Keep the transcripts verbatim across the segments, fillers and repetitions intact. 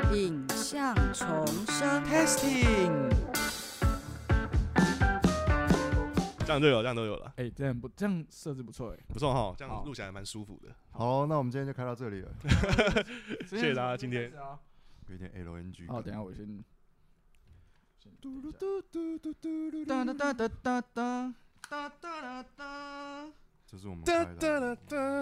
影像重生 testing， 这样就有，这样都有了。 哎、欸，这样不这样设置不错哎， 不错哈，这样录起来蛮舒服的。 好，那我们今天就开到这里了。 谢谢大家今天。 有点 L N G。 好，等一下我先。 嘟嘟嘟嘟嘟嘟嘟。 哒哒哒哒哒哒哒哒哒。 这是我们开的。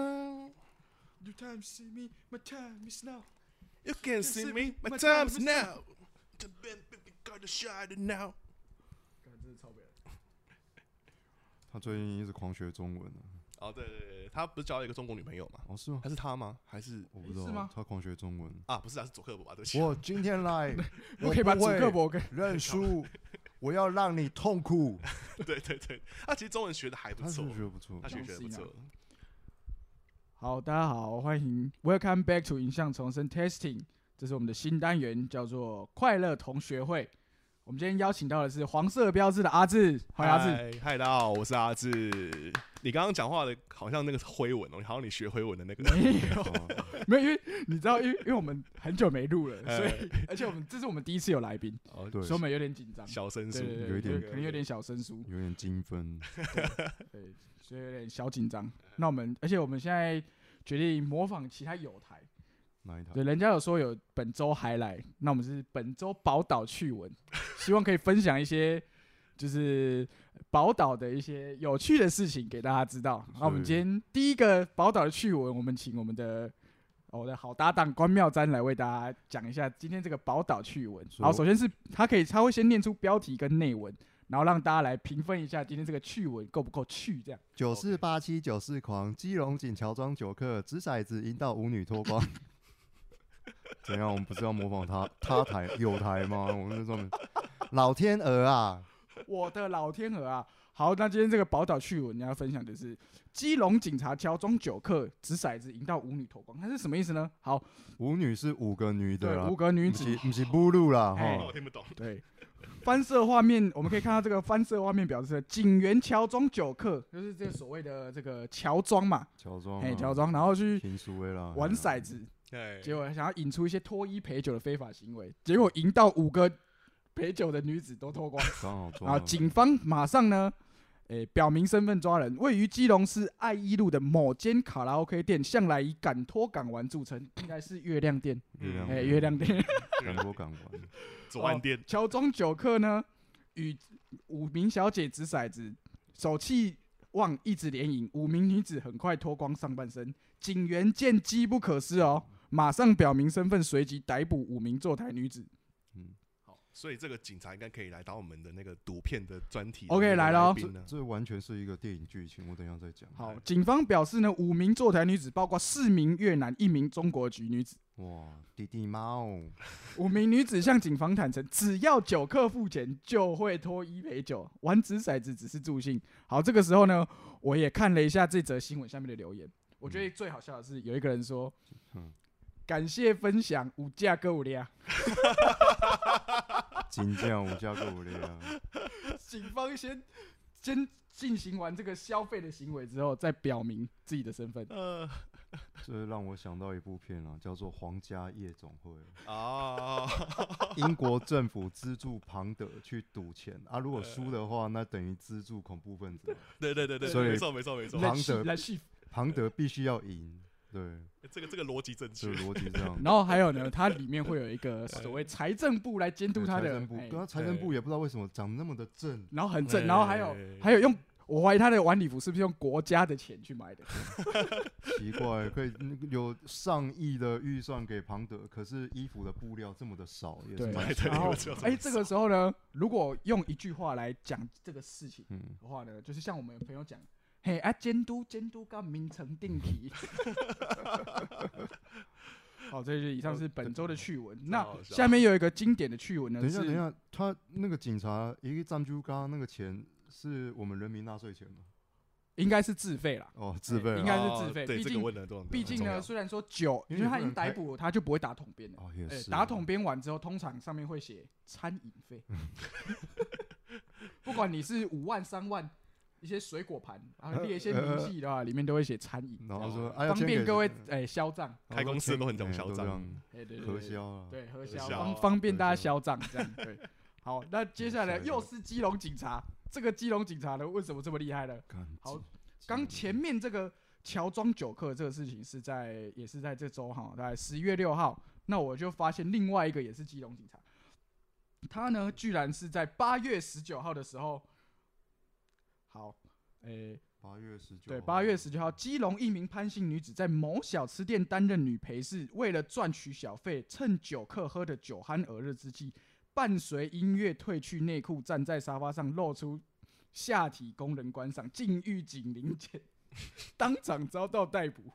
Your time to see me, my time is now. You can't see me, my time is now. The band baby got the shot now. 这是超北。 他最近一直狂学中文。 哦，对对对，他不是交了一个中国女朋友吗？ 哦，是吗？ 还是他吗？还是我不知道。 是吗？ 他狂学中文啊？不是啊，是佐克伯吧？对不起。 我今天来， 我可以把佐克伯给认输，我要让你痛苦。 对对对，他其实中文学的还不错， 他学的不错， 他学的不错。 好，大家好，欢迎 Welcome back to 影像重生 Testing， 这是我们的新单元，叫做快乐同学会。我们今天邀请到的是黄色标志的阿志，欢迎阿志。 嗨，大家好，我是阿志。你刚刚讲话的好像那个灰文哦，好像你学灰文的那个。 没有，没有，因为你知道，因为因为我们很久没录了，所以而且我们这是我们第一次有来宾， 哦，对， 所以我们有点紧张， 小生疏， 有一点可能有点小生疏， 有点精分， 对，所以有点小紧张。那我们，而且我们现在决定模仿其他友台。 哪一台？ 对，人家有说有本周highlight，那我们是本周宝岛趣闻，希望可以分享一些就是宝岛的一些有趣的事情给大家知道。那我们今天第一个宝岛的趣闻，我们请我们的我的好搭档关妙瞻来为大家讲一下今天这个宝岛趣闻。好，首先是他可以他会先念出标题跟内文，然后让大家来评分一下今天这个趣闻够不够趣。这样九四八七九四狂，基隆锦乔庄九客掷骰子引导舞女脱光。怎样？我们不是要模仿他他台有台吗？我们是专门老天鹅啊！ 我的老天鹅啊！好，那今天这个宝岛趣闻你要分享的是基隆警察乔装九客掷骰子引导舞女脱光，它是什么意思呢？好， 舞女是五个女的啦， 对，五个女子， 不是布鲁啦， 哈，我听不懂。 对，翻摄画面我们可以看到这个翻摄画面表示警员乔装九客，就是这个所谓的这个乔装嘛， 乔装， 哎，乔装，然后去玩骰子。结果想要引出一些脱衣陪酒的非法行为，结果引到五个陪酒的女子都脱光，然后警方马上呢，欸、表明身份抓人。位于基隆市爱一路的某间卡拉 OK 店，向来以敢脱敢玩著称，应该是月亮店。 月亮， 哎、欸，月亮店， 敢脱敢玩。 左岸店。 乔装九客呢，与五名小姐掷骰子，手气旺，一直连赢，五名女子很快脱光上半身。警员见机不可失哦。马上表明身份，随即逮捕五名坐台女子。 嗯，好，所以这个警察应该可以来当我们的那个赌片的专题。 OK， 来了， 这这完全是一个电影剧情，我等一下再讲。 好，警方表示呢，五名坐台女子包括四名越南、一名中国籍女子。 哇，弟弟猫！ 五名女子向警方坦诚，只要酒客付钱，就会脱衣陪酒，玩掷骰子只是助兴。好，这个时候呢，我也看了一下这则新闻下面的留言，我觉得最好笑的是有一个人说，嗯。感谢分享，五价购物量。 金价五价购物量。 警方先先进行完这个消费的行为之后，再表明自己的身份。 呃，这让我想到一部片啊，叫做《皇家夜总会》 啊。 英国政府资助庞德去赌钱啊，如果输的话，那等于资助恐怖分子。 对对对对， 所以没错没错没错。 庞德庞德必须要赢。对， 这个这个逻辑正确， 逻辑这样。 然后还有呢，它里面会有一个所谓财政部来监督它的。 财政部，刚刚财政部也不知道为什么长那么的正， 然后很正，然后还有还有用，我怀疑他的晚礼服是不是用国家的钱去买的？ 奇怪，可以有上亿的预算给庞德，可是衣服的布料这么的少，也是蛮然后，哎，这个时候呢，如果用一句话来讲这个事情的话呢，就是像我们朋友讲。嘿啊，监督监督到名成定期。好，这就是以上是本周的趣闻。那下面有一个经典的趣闻呢。 等一下，等一下，他那个警察一个占据刚刚那个钱是我们人民纳税钱吗？ 应该是自费啦。 哦，自费， 应该是自费。 对，这个问的毕竟呢，虽然说酒，因为他已经逮捕，他就不会打统编了。 哦，也是。 打统编完之后，通常上面会写餐饮费。不管你是五万、三万。 一些水果盘，然后列一些明细的话，里面都会写餐饮， 然后说， 这样哎， 方便各位哎销账。 开公司都很懂销账， 哎对对核销啊， 对核销核销方方便大家销账这样对。好，那接下来又是基隆警察，这个基隆警察呢为什么这么厉害呢？好，刚前面这个乔装酒客这个事情是在也是在这周哈，大概十一月六号，那我就发现另外一个也是基隆警察，他呢居然是在八月十九号的时候，好，诶。 八月十九， 对，八月十九号，基隆一名潘姓女子在某小吃店担任女陪侍，为了赚取小费，趁酒客喝得酒酣耳热之际，伴随音乐褪去内裤，站在沙发上露出下体供人观赏，禁欲警铃前，当场遭到逮捕。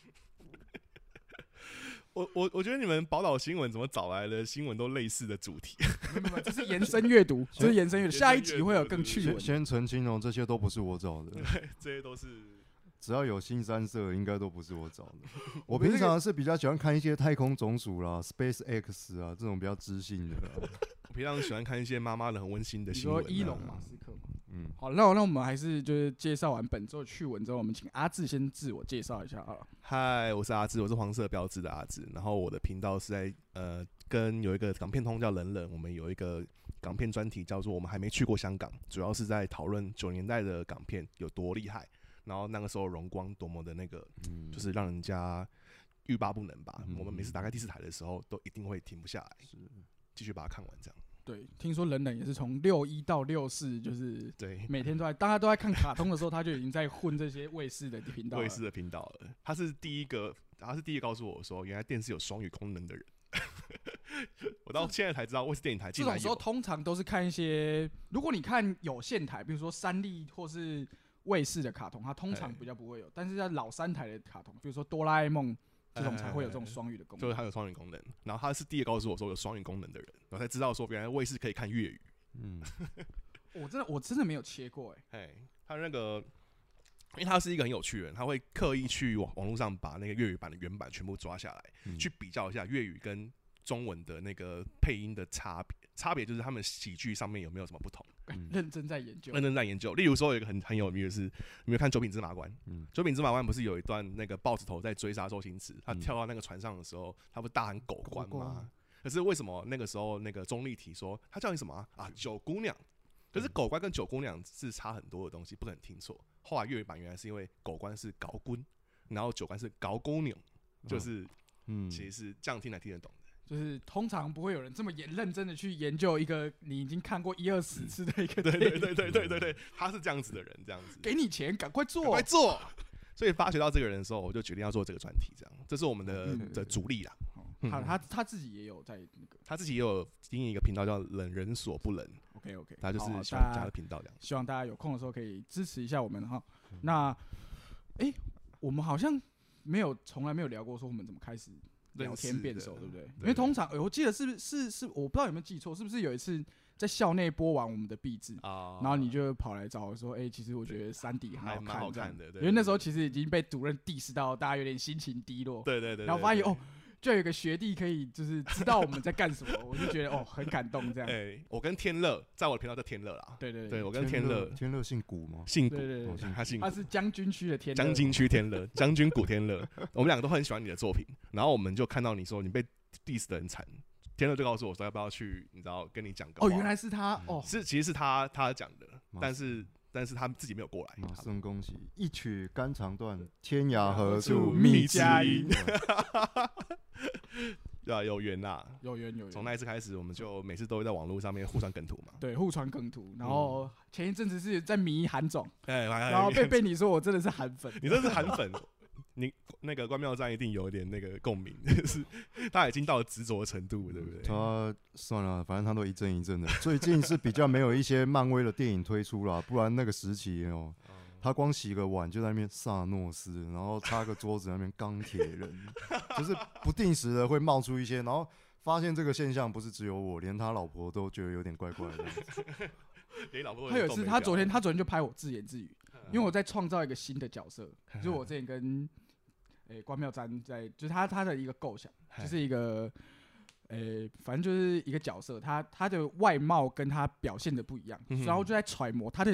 我我我觉得你们宝岛新闻怎么找来的新闻都类似的主题？ 没有没有，这是延伸阅读，这是延伸阅读，下一集会有更趣闻。 先澄清哦，这些都不是我找的， 这些都是只要有新三色，应该都不是我找的。我平常是比较喜欢看一些太空总署啦、Space X 啊这种比较知性的啦。 我平常喜欢看一些妈妈的很温馨的新闻、啊。 你说伊隆马斯克吗？ 嗯， 好，那那我们还是就是介绍完本周的趣闻之后，我们请阿志先自我介绍一下啊。 嗨，我是阿志，我是黄色标志的阿志。然后我的频道是在呃跟有一个港片通叫冷冷，我们有一个港片专题叫做我们还没去过香港，主要是在讨论九年代的港片有多厉害，然后那个时候荣光多么的那个，嗯、就是让人家欲罢不能吧。嗯、我们每次打开第四台的时候，都一定会停不下来，继续把它看完这样。 对，听说冷冷也是从六一到六四，就是对， 每天都在，大家都在看卡通的时候，他就已经在混这些卫视的频道了。 卫视的频道了，他是第一个，他是第一个告诉我说，原来电视有双语功能的人。我到现在才知道，卫视电影台竟然有。 这种时候通常都是看一些，如果你看有线台，比如说三立或是卫视的卡通，它通常比较不会有，但是在老三台的卡通，比如说哆啦 A 梦。这种才会有这种双语的功能， 就是它有双语功能。然后他是第一个告诉我说有双语功能的人，我才知道说原来卫视可以看粤语。嗯， 我真的我真的没有切过哎、欸。 他那个，因为他是一个很有趣的人，他会刻意去网网络上把那个粤语版的原版全部抓下来，嗯、去比较一下粤语跟中文的那个配音的差别。差别就是他们喜剧上面有没有什么不同？ 嗯、认真在研究， 认真在研究。例如说有一个很很有名的是，有没有看《九品芝麻官》？嗯，《九品芝麻官》不是有一段那个豹子头在追杀周星驰，他跳到那个船上的时候，他不大喊狗官吗？可是为什么那个时候那个钟丽缇说他叫你什么啊？啊九姑娘。可是狗官跟九姑娘是差很多的东西，不可能听错。后来粤语版原来是因为狗官是高官，然后九官是高姑娘，就是嗯，其实是这样听才听得懂的。 就是通常不会有人这么严认真的去研究一个你已经看过一二十次的一个电影， 对对对对对对，他是这样子的人，这样子。 给你钱，赶快做， 赶快做。所以发掘到这个人的时候，我就决定要做这个专题，这样，这是我们的、嗯、的主力啦。 嗯、他他他自己也有在那个， 他自己也有经营一个频道叫“冷人所不冷”。 OK OK， 他就是喜欢家的频道这样。 希望大家有空的时候可以支持一下我们哈。嗯、那，哎、欸，我们好像没有从来没有聊过说我们怎么开始。聊天变熟，对不对？对对对，因为通常、欸、我记得是不是是我不知道有没有记错，是不是有一次在校内播完我们的壁纸、哦，然后你就跑来找我说，哎、欸，其实我觉得三 D 很好看， 好看的，对对对， 因为那时候其实已经被主任 diss 到，大家有点心情低落， 对对 对, 對， 然后发现哦。就有一个学弟可以就是知道我们在干什么，我就觉得哦很感动这样。 哎、欸，我跟天乐在我的频道叫天乐啦。 对对 对, 對，我跟天乐， 天乐姓古吗？ 姓古， 对对对， 哦、他姓古， 他是将军区的天乐， 将军区天乐，将军古天乐。我们两个都很喜欢你的作品，然后我们就看到你说你被 diss 的很惨，天乐就告诉我说要不要去，你知道跟你讲个话。 哦，原来是他哦， 是其实是他他讲的，但是。但是他自己没有过来。 马生恭喜，一曲肝肠断，天涯何处觅佳音。 对啊，有缘呐， 有缘有缘。 从那一次开始，我们就每次都会在网络上面互传梗图嘛。 对，互传梗图。然后前一阵子是在迷韩总， 哎、嗯， 然后被被你说我真的是韩粉， 你真的是韩粉。你那个关庙站一定有点那个共鸣，就是他已经到了执着的程度，对不对？ 他算了，反正他都一阵一阵的。最近是比较没有一些漫威的电影推出啦，不然那个时期哦，他光洗个碗就在那边萨诺斯，然后擦个桌子在那边钢铁人，就是不定时的会冒出一些，然后发现这个现象不是只有我，连他老婆都觉得有点怪怪的。 连老婆他有一次，他昨天他昨天就拍我自言自语，因为我在创造一个新的角色，就是我之前跟。诶、欸，关庙瞻在就是他他的一个构想，就是一个诶、欸，反正就是一个角色，他他的外貌跟他表现的不一样，嗯、然后就在揣摩他的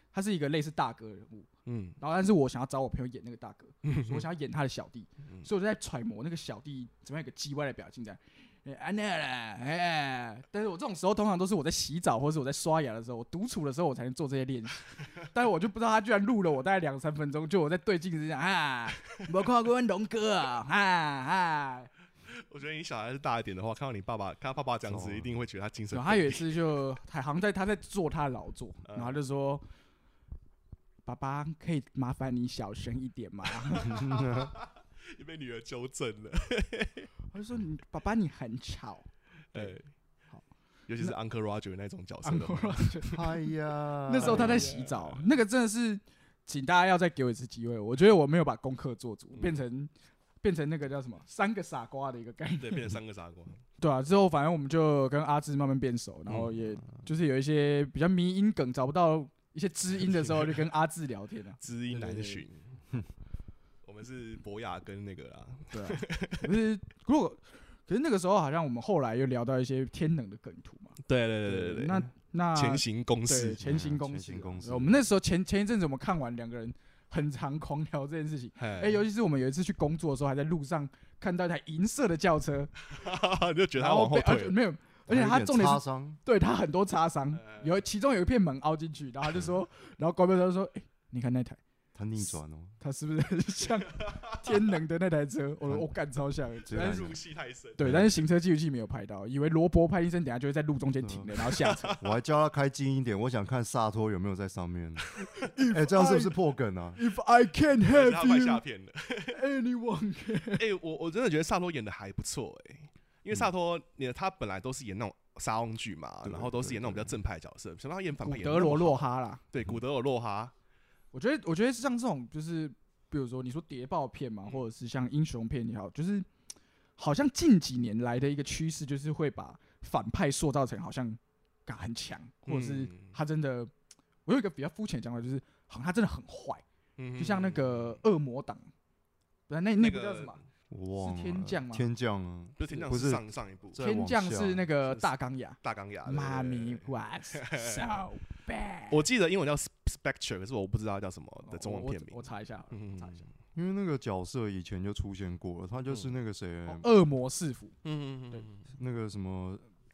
他是一个类似大哥人物， 嗯， 然后但是我想要找我朋友演那个大哥， 嗯所以我想要演他的小弟， 嗯所以我就在揣摩那个小弟怎么样一个叽歪的表情这样。哎安娜啦，哎，但是我这种时候通常都是我在洗澡或是我在刷牙的时候，我独处的时候我才能做这些练习。但是我就不知道他居然录了我大概两三分钟，就我在对镜子讲啊，没看过龙哥啊，啊啊。 我觉得你小孩是大一点的话，看到你爸爸，看到爸爸这样子，一定会觉得他精神分裂。 然后他有一次就他好像在他在做他的劳作， 嗯然后就说：“爸爸，可以麻烦你小声一点吗？” 也被女儿纠正了。 我就说：“你爸爸你很吵。” 对， 好， 尤其是 Uncle Roger 那种角色的 Uncle 话。 Roger 哎呀， 那时候他在洗澡，那个真的是，请大家要再给我一次机会。我觉得我没有把功课做足， 嗯变成变成那个叫什么三个傻瓜的一个概念。 对，变成三个傻瓜。 对啊，之后反正我们就跟阿志慢慢变熟，然后也就是有一些比较迷音梗找不到一些知音的时候，就跟阿志聊天啊。 知音难寻。我们是博雅跟那个啦。 对啊，可是如果可是那个时候好像我们后来又聊到一些天能的梗图嘛。 对对对对对。 那那前行公式对，前行公式啊。 前行公式我们那时候前前一阵子我们看完两个人很常狂聊这件事情。哎、欸，尤其是我们有一次去工作的时候，还在路上看到一台银色的轿车， 你就觉得他往后退了。 没有，而且他重点是，对他很多擦伤，有其中有一片门凹进去，然后他就说，然后高标就说，哎、欸，你看那台。 他逆转哦， 他是不是很像天能的那台车？我我干超像， 但是入戏太深。 对，但是行车记录器没有拍到，以为罗伯派医生等下就会在路中间停了，然后下车。 我还叫他开近一点，我想看萨托有没有在上面。哎，这样是不是破梗啊 ？If I can't have 他快下片了。 Anyone can。 哎，我我真的觉得萨托演的还不错哎，因为萨托，你他本来都是演那种沙翁剧嘛，然后都是演那种比较正派的角色，想到他演反派， 古德罗洛哈啦， 对，古德罗洛哈。 我觉得，我觉得像这种，就是比如说你说谍报片嘛，或者是像英雄片也好，就是好像近几年来的一个趋势，就是会把反派塑造成好像感很强，或者是他真的，我有一个比较肤浅的讲法，就是好像他真的很坏，就像那个恶魔党，那那那部叫什么？是天降吗？ 天降啊， 不是天降，是上上一部。 天降是那个大钢牙， 大钢牙。 妈咪 was so bad。 我记得英文叫 Spectre， 可是我不知道叫什么的中文片名。 我查一下，查一下。 因为那个角色以前就出现过了，他就是那个谁， 恶魔师傅。 嗯嗯嗯， 那个什么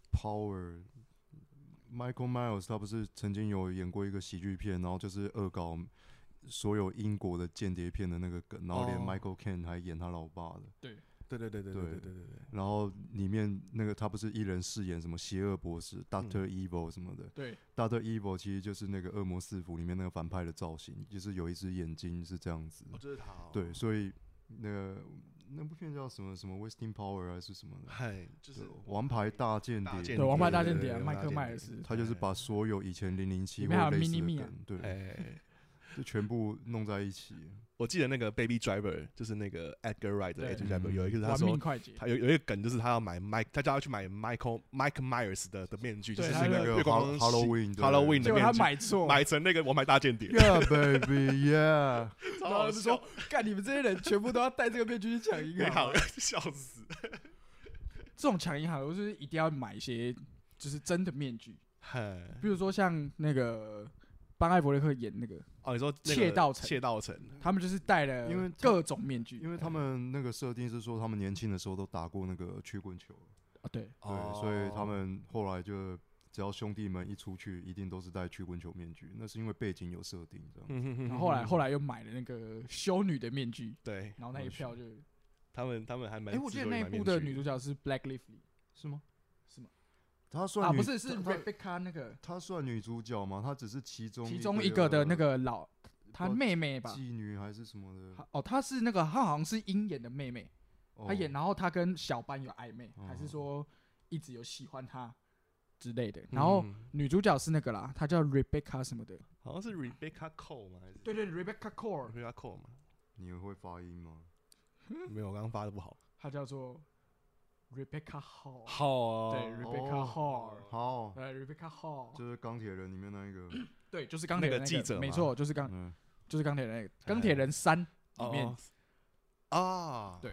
Power。Michael Myers 他不是曾经有演过一个喜剧片，然后就是恶搞所有英国的间谍片的那个梗，然后连 Michael Caine 还演他老爸的。 对对对对对对对对对。 然后里面那个他不是一人饰演什么邪恶博士 Doctor Evil 什么的。 对 ，Doctor Evil 其实就是那个恶魔四伏里面那个反派的造型，就是有一只眼睛是这样子。 哦，这是他。 对，所以那个那部片叫什么什么 Wasting Power 还是什么的？ 嗨，就是王牌大间谍。 对，王牌大间谍，麦克迈尔斯。 他就是把所有以前零零七或类似的梗，对。就全部弄在一起。 我记得那个 Baby Driver 就是那个 Edgar Wright 的 Baby Driver， 有一个他说他有有一个梗，就是他要买 Mike， 他叫他去买 Michael Mike Myers 的的面具，就是那个月光 Halloween Halloween 的面具， 他买错， 买成那个王牌大间谍。 Yeah baby yeah。 然后就说， 干你们这些人全部都要戴这个面具去抢银行， 笑死！ 这种抢银行，我就是一定要买一些就是真的面具，比如说像那个。邦艾伯雷克演那个哦，你说窃盗城， 窃盗城， 他们就是戴了各种面具， 因为他们那个设定是说他们年轻的时候都打过那个曲棍球啊，对对，所以他们后来就只要兄弟们一出去，一定都是戴曲棍球面具，那是因为背景有设定这样。 然后后来后来又买了那个修女的面具， 对， 然后那一票就他们他们还蛮， 哎，我记得那一部的女主角是 Black Lively， 是吗？ 是吗？ 她算啊，不是是 Rebecca 那个， 她算女主角吗？她只是其中其中一个的那个老她妹妹吧， 妓女还是什么的？ 哦，她是那个她好像是鹰眼的妹妹，她演，然后她跟小班有暧昧，还是说一直有喜欢她之类的。然后女主角是那个啦，她叫 Rebecca 什么的， 好像是 Rebecca Cole 吗？还是对对 Rebecca Cole，Rebecca Cole 吗？ 你会发音吗？ 没有，我刚刚发的不好。 她叫做。Rebecca Hall， 好， 对 ，Rebecca Hall， 好， 对 ，Rebecca Hall， 就是钢铁人里面那一个， 对，就是钢铁人那个记者， 没错，就是钢，就是钢铁人那个钢铁人三里面啊， 对，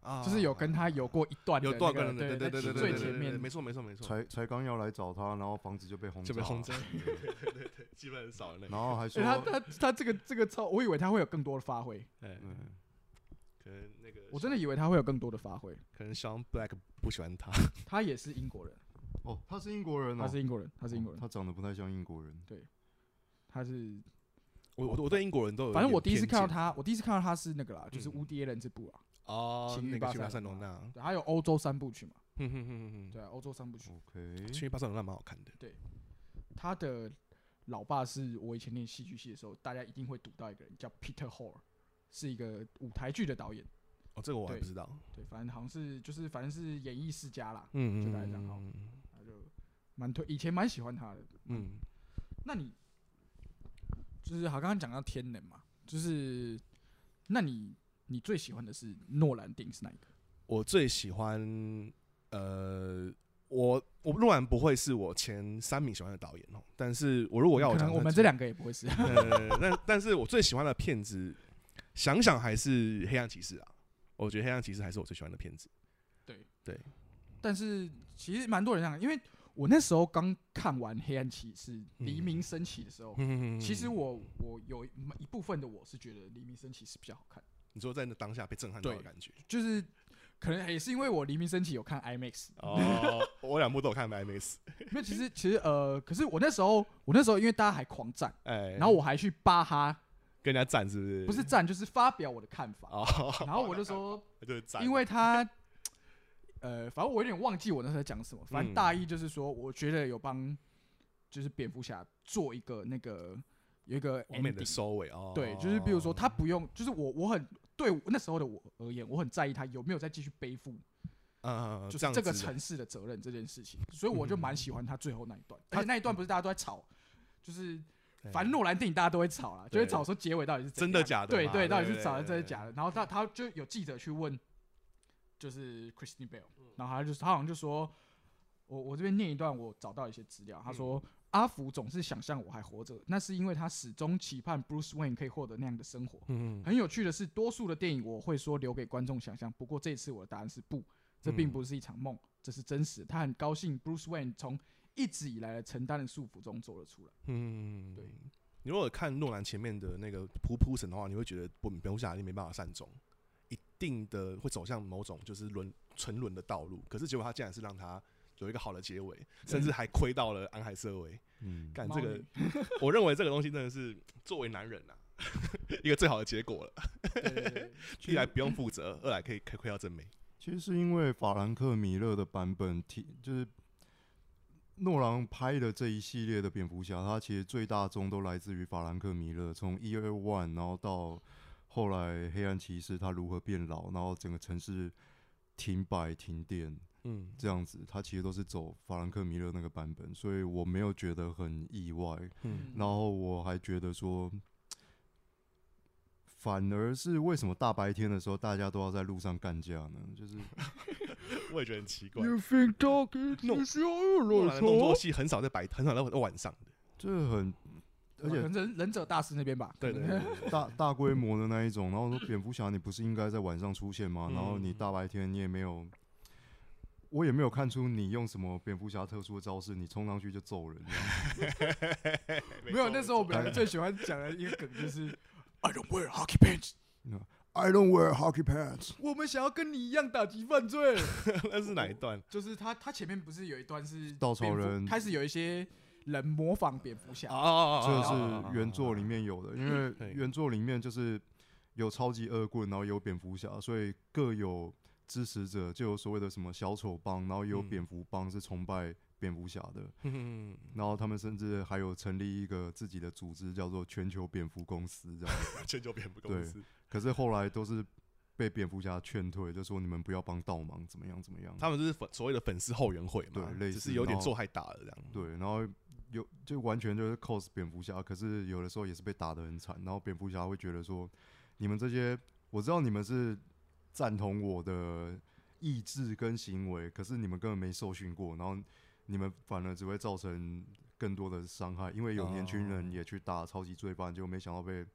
啊， 就是有跟他有过一段的、那个， 有多少个人？ 对对对对对对对， 最前面， 没错没错没错， 才才刚要来找他，然后房子就被轰炸， 就被轰炸，对对对对，基本很少那然后还说他他他这个这个超，我以为他会有更多的发挥， 哎， 嗯， 可能那个我真的以为他会有更多的发挥。 可能 Sean Black 不喜欢他， 他也是英国人， 哦，他是英国人哦， 他是英国人，他是英国人， 他长得不太像英国人， 他是， 我我我对英国人都有， 反正我第一次看到他，我第一次看到他是那个啦，就是嗯乌迪艾伦这部啦， 哦， 情欲那个去巴塞巴塞罗罗那， 对，还有欧洲三部曲嘛， 哼哼哼哼哼， 对啊，欧洲三部曲， OK， 去巴塞罗那蛮好看的， 他的老爸是我以前念戏剧系的时候，大家一定会读到一个人叫 Peter Hall， 是一个舞台剧的导演。 哦，这个我还对不知道， 对，反正好像是就是反正是演艺世家啦， 嗯就大概这样好嗯他就蛮推，以前蛮喜欢他的。 嗯， 那你就是好，刚刚讲到天能嘛，就是那你你最喜欢的是诺兰电影是哪一个？ 我最喜欢呃。我我诺兰不会是我前三名喜欢的导演哦，但是我如果要我讲， 可能我们这两个也不会是。 呃，但但是我最喜欢的片子，想想还是《黑暗骑士》啊。我觉得《黑暗骑士》还是我最喜欢的片子。 对对， 但是其实蛮多人这样，因为我那时候刚看完《黑暗骑士》黎明升起的时候， 嗯其实我我有一部分的我是觉得黎明升起是比较好看， 你说在那当下被震撼到的感觉， 就是可能也是因为我黎明升起有看 IMAX， 哦，我两部都有看 IMAX， 因为其实其实呃，可是我那时候我那时候因为大家还狂赞， 哎， 然后我还去巴哈， 跟人家战是不是？ 不是赞就是发表我的看法， 哦， 然后我就说， 就是战， 因为他。呃，反正我有点忘记我那时候在讲什么。反正大意就是说，我觉得有帮，就是蝙蝠侠做一个那个有一个 ending 的收尾哦。 对，就是比如说他不用，就是我我很对我那时候的我而言，我很在意他有没有再继续背负， 嗯， 就是这个城市的责任这件事情，所以我就蛮喜欢他最后那一段。而且那一段不是大家都在吵，就是反正诺兰电影大家都会吵啦，就会吵说结尾到底是真的假的？ 对对，到底是吵的真的假的？然后他他就有记者去问。就是 Christian Bale， 然后他就他好像就说，我我这边念一段，我找到一些资料。他说，嗯、阿福总是想象我还活着，那是因为他始终期盼 Bruce Wayne 可以获得那样的生活。嗯、很有趣的是，多数的电影我会说留给观众想象，不过这次我的答案是不，这并不是一场梦，这是真实。他很高兴 Bruce Wayne 从一直以来的承担的束缚中走了出来。嗯，对。 你如果看诺兰前面的那个铺铺陈的话，你会觉得蝙蝠侠没办法善终。一定的会走向某种就是轮沉沦的道路，可是结果他竟然是让他有一个好的结尾，甚至还亏到了安海瑟薇。嗯，干这个，我认为这个东西真的是作为男人啊，一个最好的结果了。 对对对， 一来不用负责，二来可以可以亏到真美。 其实是因为法兰克米勒的版本，就是诺兰拍的这一系列的蝙蝠侠，他其实最大宗都来自于法兰克米勒，从一二 one 然后到。后来黑暗骑士他如何变老，然后整个城市停摆停电，嗯，这样子，他其实都是走法兰克米勒那个版本，所以我没有觉得很意外。嗯，然后我还觉得说，反而是为什么大白天的时候大家都要在路上干架呢？就是我也觉得很奇怪。 You think talking is your 诺兰的动作戏很少在白，很少在晚上的， 这很。而且忍忍者大师那边吧， 对对对， 大大规模的那一种，然后说蝙蝠侠你不是应该在晚上出现吗？ 嗯、 然后你大白天你也没有，我也没有看出你用什么蝙蝠侠特殊的招式，你冲上去就揍人这样。没有，那时候我们两个最喜欢讲的一个梗就是 I don't wear hockey pants。I don't wear hockey pants。 我们想要跟你一样打击犯罪。 那是哪一段？ 就是他他前面不是有一段是稻草人开始有一些。人模仿蝙蝠侠， 这是原作里面有的，因为原作里面就是有超级恶棍，然后有蝙蝠侠，所以各有支持者，就有所谓的什么小丑帮，然后也有蝙蝠帮是崇拜蝙蝠侠的，嗯、然后他们甚至还有成立一个自己的组织，叫做全球蝙蝠公司这样子。 全球蝙蝠公司， 可是后来都是被蝙蝠侠劝退，就说你们不要帮倒忙，怎么样怎么样。 他们就是所谓的粉丝后援会嘛， 对，类似， 只是有点做太大了这样。 对，然后。有就完全就是 cos 蝙蝠侠，可是有的时候也是被打得很惨，然后蝙蝠侠会觉得说，你们这些我知道你们是赞同我的意志跟行为，可是你们根本没受训过，然后你们反而只会造成更多的伤害，因为有年轻人也去打超级罪犯，结果没想到被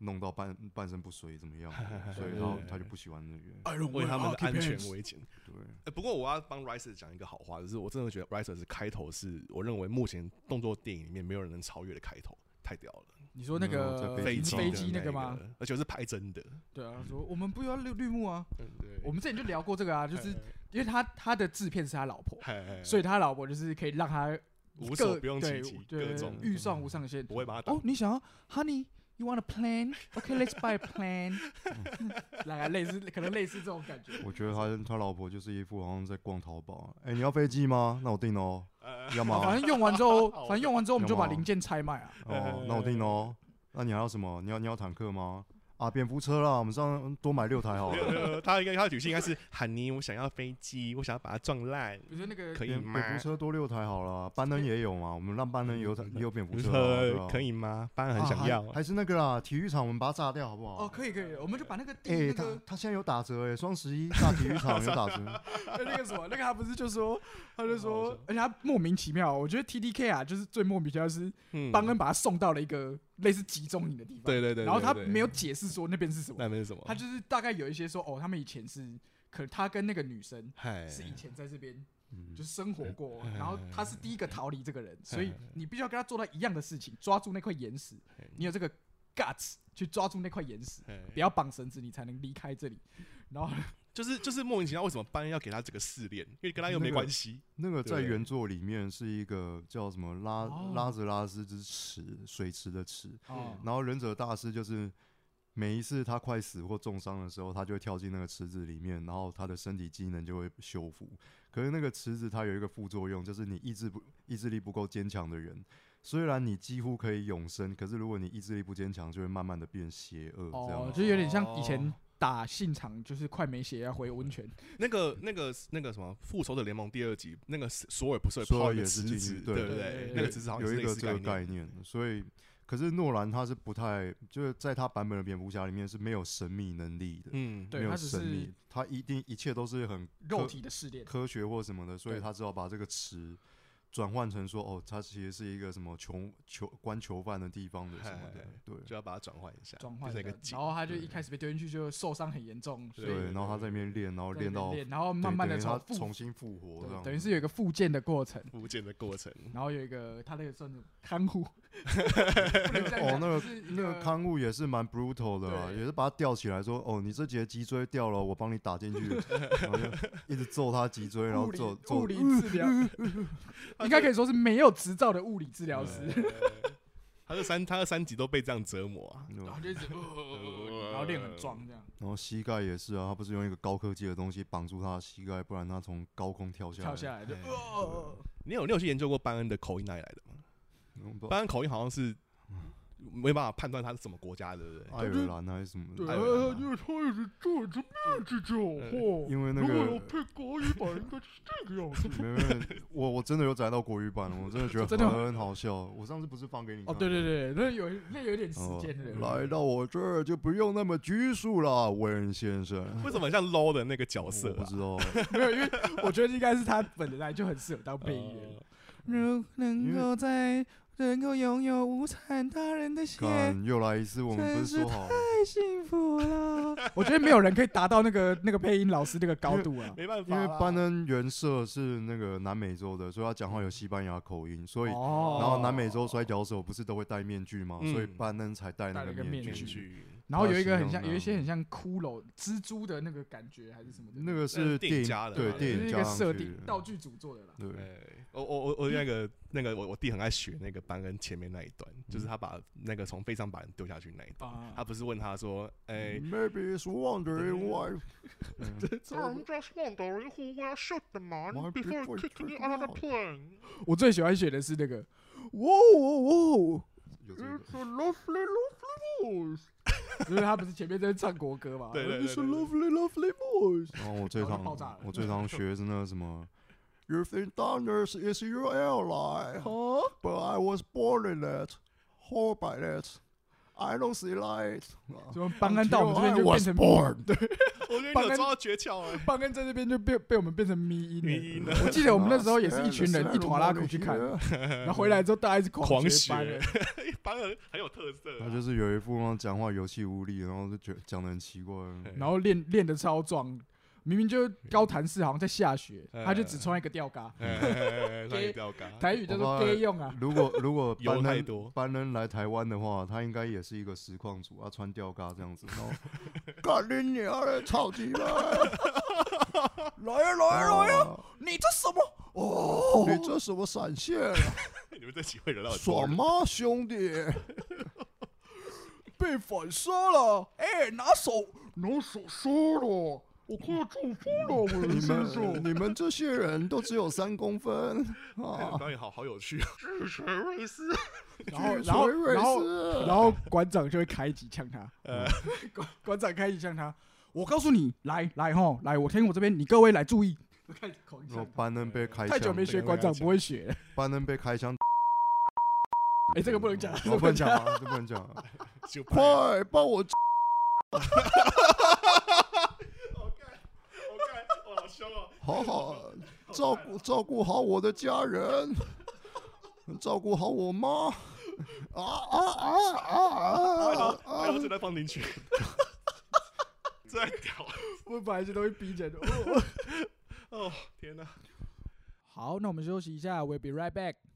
弄到半半身不遂怎么样，所以他他就不喜欢那个， 为他们的安全为前。 对， 欸，不过我要帮 Riser 讲一个好话，就是我真的觉得 Riser 是开头是我认为目前动作电影里面没有人能超越的开头，太屌了。 你说那个飞机飞机那个吗？ 而且是拍真的。 对啊，说我们不要绿绿幕啊。 对， 我们之前就聊过这个啊，就是因为他他的制片是他老婆， 嘿嘿所以他老婆就是可以让他无所不用其极，各种预算无上限， 不会把他打。 哦，你想要 Honey。You want a plane? Okay, let's buy a plane. 大概类似，可能类似这种感觉。 我觉得他他老婆就是一副好像在逛淘宝。哎、欸，你要飞机吗？那我订哦。要吗？ 反正用完之后，反正用完之后我们就把零件拆卖啊。 哦，那我订哦。那你还要什么？你要你要坦克吗？啊，蝙蝠车啦，我们上多买六台好了。 他应该他的语气应该是喊你，我想要飞机，我想要把它撞烂。 比如说那个可以吗？ 蝙蝠车多六台好了，班恩也有嘛，我们让班恩也有也有蝙蝠车、啊， 可以吗？班恩很想要、 啊还，还是那个啦，体育场我们把它炸掉好不好？ 哦，可以可以，我们就把那个哎、欸， 那个、 他他现在有打折哎、欸，双十一大体育场有打折。 那个什么，那个他不是就说，他就说，而且他莫名其妙，我觉得 T D K 啊，就是最莫名其妙是班恩把他送到了一个类似集中营的地方， 对对 对, 對， 然后他没有解释说那边是什么。 那边是什么？ 他就是大概有一些说，哦，他们以前是，可他跟那个女生是以前在这边就是生活过，然后他是第一个逃离这个人，所以你必须要跟他做到一样的事情，抓住那块岩石，你有这个 guts 去抓住那块岩石，不要绑绳子，你才能离开这里。然后就是就是莫名其妙，为什么班恩要给他这个试炼？因为跟他又没关系。 那个在原作里面是一个叫什么拉拉泽拉斯之池，水池的池，然后忍者大师就是。每一次他快死或重伤的时候，他就会跳进那个池子里面，然后他的身体机能就会修复。可是那个池子它有一个副作用，就是你意志不意志力不够坚强的人，虽然你几乎可以永生，可是如果你意志力不坚强，就会慢慢的变邪恶。这样哦，就有点像以前打信场，就是快没血要回温泉。 那个那个那个什么《复仇者联盟》第二集，那个索尔不是会泡一个池子，对不对？那个池子好像有一个这个概念，所以。可是诺兰他是不太，就是在他版本的蝙蝠侠里面是没有神秘能力的， 嗯， 没有神秘，他一定一切都是很肉体的试炼、 科学或什么的，所以他只好把这个词转换成说，哦，他其实是一个什么囚囚关囚犯的地方的什么的，对， 就要把它转换一下， 转换一个，然后他就一开始被丢进去就受伤很严重， 对，然后他在那边练，然后练到， 然后慢慢的他重新复活，这样， 等于是有一个复健的过程， 复健的过程， 然后有一个他那个算是看护。 哦，那个那个看护也是蛮 brutal 的啦，也是把他吊起来说，哦，你这节脊椎掉了，我帮你打进去，然后就一直揍他脊椎，然后揍揍物理治疗，应该可以说是没有执照的物理治疗师。 他这三他这三集都被这样折磨啊， 然后就一直，然后练很壮这样。 然后膝盖也是啊，他不是用一个高科技的东西绑住他的膝盖，不然他从高空跳下来。 跳下来就， 你有你有去研究过班恩的口音哪里来的吗？班恩口音好像是没办法判断他是什么国家的，对不对？ 爱尔兰还是什么？ 对，因为他也是这着面子讲话。 因为那个如果要配国语版，应该是这个样子。 没有，我我真的有载到国语版了，我真的觉得很好笑。我上次不是放给你看？ 哦，对对对，那有那有点时间的。 来到我这儿就不用那么拘束了，温先生。 为什么很像 low 的那个角色？ 我不知道。 没有，因为我觉得应该是他本来就很适合当配音员。如能够在。能够拥有无产大人的血， 又来一次，我们不是说好太幸福了。我觉得没有人可以达到那个那个配音老师那个高度啊， 没办法。 因为班恩原社是那个南美洲的，所以他讲话有西班牙口音，所以、哦、然后南美洲摔跤手不是都会戴面具吗？嗯、所以班恩才戴那个面具。 面具然后有一个很像，有一些很像骷髅、蜘蛛的那个感觉，还是什么的。 那个是电影家的， 对，电影一个设定，道具组做的啦。 对， 我我我我那个那个我我弟很爱学那个班恩前面那一段，就是他把那个从飞机把人丢下去那一段，他不是问他说，哎 ，Maybe it's wondering why. I'm just wondering who will shoot the man before kicking me out of the plane. 我最喜欢学的是那个，哇哇哇 ！It's a lovely, lovely voice. 因为他不是前面在唱国歌嘛？ 对对对 ，It's a lovely, lovely voice。 然后我最常我最常学的是那个什么 ，You think Thunder is your ally? Huh? But I was born in it, hurt by it. I don't see light。 什么邦恩到我们这边就变成对， 我觉得你有抓到诀窍哎。 邦恩在这边就被被我们变成迷音迷了。我记得我们那时候也是一群人一坨拉苦去看，然后回来之后大家一直狂学班人， 班人很有特色。 他就是有一副那种讲话有气无力，然后就觉得讲得很奇怪， 然后练练得超壮。明明就高谭市好像在下雪，他就只穿一个吊嘎，台语叫做 gay 用啊。 如果如果班人班人来台湾的话，他应该也是一个实况主，他穿吊嘎这样子，然后干你娘的，超级来！ 来呀来呀来呀！你这什么？ 哦，你这什么闪现啊？ 你们这几位惹到爽吗，兄弟？ 被反杀了！哎，拿手拿手杀了！我快要中风了，我的先生！ 你们这些人都只有三公分啊！导演好好有趣啊！ 巨锤瑞斯， 然后然后然后然后馆长就会开几枪他，馆馆长开几枪他。我告诉你，来来吼，来我听我这边，你各位来注意。开始口音。 班恩被开枪， 太久没学，馆长不会学。 班恩被开枪。 哎，这个不能讲， 我不能讲啊，这不能讲。快帮我！好好照顾照顾好我的家人，照顾好我妈。啊啊啊啊啊！ 还有这在放进去，这在屌！ 我本来就都会逼人。 哦天哪！ 好，那我们休息一下 ，We'll be right back。